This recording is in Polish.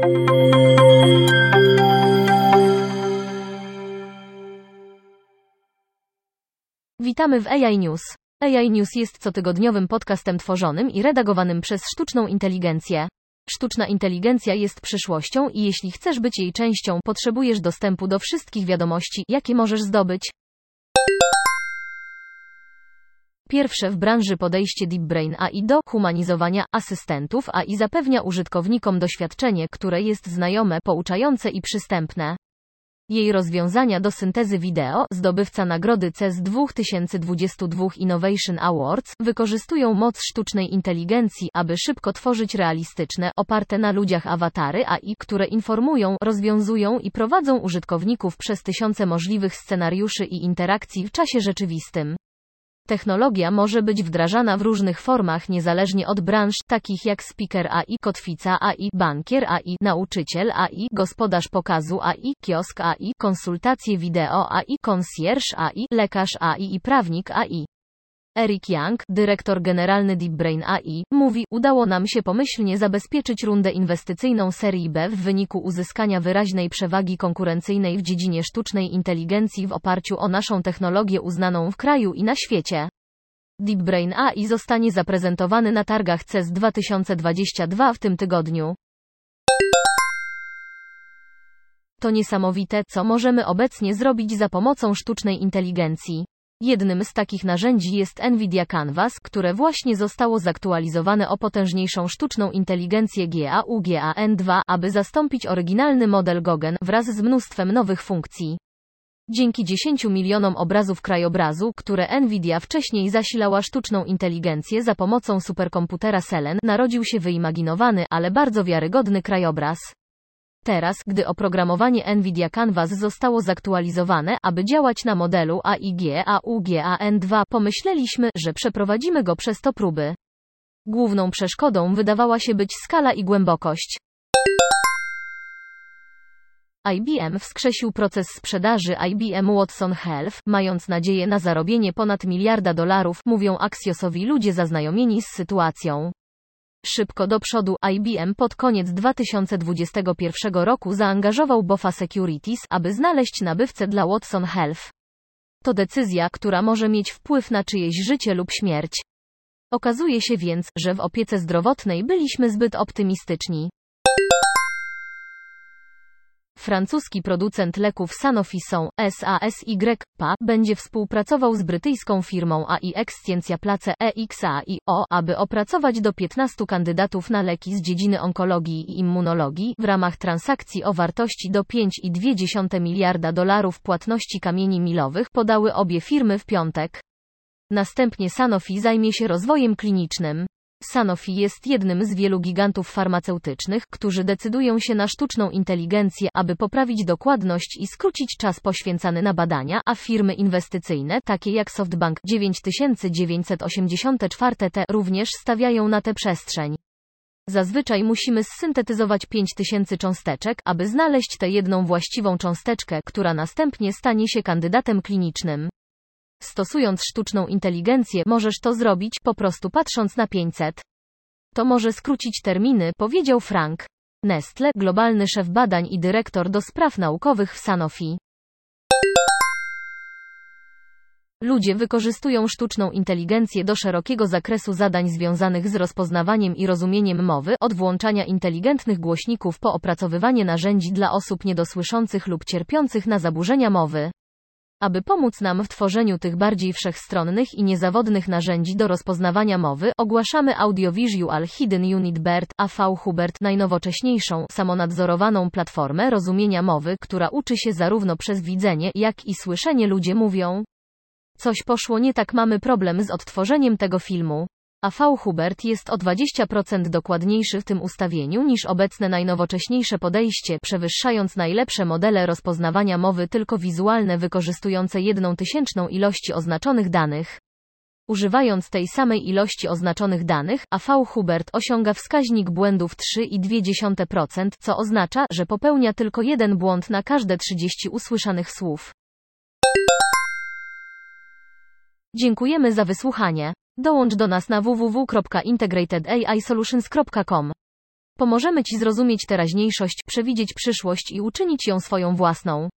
Witamy w AI News. AI News jest cotygodniowym podcastem tworzonym i redagowanym przez sztuczną inteligencję. Sztuczna inteligencja jest przyszłością i jeśli chcesz być jej częścią, potrzebujesz dostępu do wszystkich wiadomości, jakie możesz zdobyć. Pierwsze w branży podejście DeepBrain AI do humanizowania asystentów AI zapewnia użytkownikom doświadczenie, które jest znajome, pouczające i przystępne. Jej rozwiązania do syntezy wideo, zdobywca nagrody CES 2022 Innovation Awards, wykorzystują moc sztucznej inteligencji, aby szybko tworzyć realistyczne, oparte na ludziach awatary AI, które informują, rozwiązują i prowadzą użytkowników przez tysiące możliwych scenariuszy i interakcji w czasie rzeczywistym. Technologia może być wdrażana w różnych formach niezależnie od branż, takich jak speaker AI, kotwica AI, bankier AI, nauczyciel AI, gospodarz pokazu AI, kiosk AI, konsultacje wideo AI, concierge AI, lekarz AI i prawnik AI. Eric Young, dyrektor generalny DeepBrain AI, mówi: udało nam się pomyślnie zabezpieczyć rundę inwestycyjną serii B w wyniku uzyskania wyraźnej przewagi konkurencyjnej w dziedzinie sztucznej inteligencji w oparciu o naszą technologię uznaną w kraju i na świecie. DeepBrain AI zostanie zaprezentowany na targach CES 2022 w tym tygodniu. To niesamowite, co możemy obecnie zrobić za pomocą sztucznej inteligencji. Jednym z takich narzędzi jest NVIDIA Canvas, które właśnie zostało zaktualizowane o potężniejszą sztuczną inteligencję GAN-2, aby zastąpić oryginalny model Gogen, wraz z mnóstwem nowych funkcji. Dzięki 10 milionom obrazów krajobrazu, które NVIDIA wcześniej zasilała sztuczną inteligencję za pomocą superkomputera Selen, narodził się wyimaginowany, ale bardzo wiarygodny krajobraz. Teraz, gdy oprogramowanie NVIDIA Canvas zostało zaktualizowane, aby działać na modelu AI GAN-2, pomyśleliśmy, że przeprowadzimy go przez to próby. Główną przeszkodą wydawała się być skala i głębokość. IBM wskrzesił proces sprzedaży IBM Watson Health, mając nadzieję na zarobienie ponad $1 miliarda, mówią Axiosowi ludzie zaznajomieni z sytuacją. Szybko do przodu, IBM pod koniec 2021 roku zaangażował BofA Securities, aby znaleźć nabywcę dla Watson Health. To decyzja, która może mieć wpływ na czyjeś życie lub śmierć. Okazuje się więc, że w opiece zdrowotnej byliśmy zbyt optymistyczni. Francuski producent leków Sanofi SA będzie współpracował z brytyjską firmą AI Exscientia Place EXAIO, aby opracować do 15 kandydatów na leki z dziedziny onkologii i immunologii, w ramach transakcji o wartości do $5,2 miliarda płatności kamieni milowych, podały obie firmy w piątek. Następnie Sanofi zajmie się rozwojem klinicznym. Sanofi jest jednym z wielu gigantów farmaceutycznych, którzy decydują się na sztuczną inteligencję, aby poprawić dokładność i skrócić czas poświęcany na badania, a firmy inwestycyjne, takie jak SoftBank 9984T, również stawiają na tę przestrzeń. Zazwyczaj musimy zsyntetyzować 5000 cząsteczek, aby znaleźć tę jedną właściwą cząsteczkę, która następnie stanie się kandydatem klinicznym. Stosując sztuczną inteligencję, możesz to zrobić, po prostu patrząc na 500. To może skrócić terminy, powiedział Frank Nestle, globalny szef badań i dyrektor do spraw naukowych w Sanofi. Ludzie wykorzystują sztuczną inteligencję do szerokiego zakresu zadań związanych z rozpoznawaniem i rozumieniem mowy, od włączania inteligentnych głośników po opracowywanie narzędzi dla osób niedosłyszących lub cierpiących na zaburzenia mowy. Aby pomóc nam w tworzeniu tych bardziej wszechstronnych i niezawodnych narzędzi do rozpoznawania mowy, ogłaszamy Audiovisual Hidden Unit BERT, AV Hubert, najnowocześniejszą, samonadzorowaną platformę rozumienia mowy, która uczy się zarówno przez widzenie, jak i słyszenie. Ludzie mówią: coś poszło nie tak, mamy problem z odtworzeniem tego filmu. AV Hubert jest o 20% dokładniejszy w tym ustawieniu niż obecne najnowocześniejsze podejście, przewyższając najlepsze modele rozpoznawania mowy tylko wizualne wykorzystujące 1/1000 ilości oznaczonych danych. Używając tej samej ilości oznaczonych danych, AV Hubert osiąga wskaźnik błędów 3,2%, co oznacza, że popełnia tylko jeden błąd na każde 30 usłyszanych słów. Dziękujemy za wysłuchanie. Dołącz do nas na www.integratedAIsolutions.com. Pomożemy Ci zrozumieć teraźniejszość, przewidzieć przyszłość i uczynić ją swoją własną.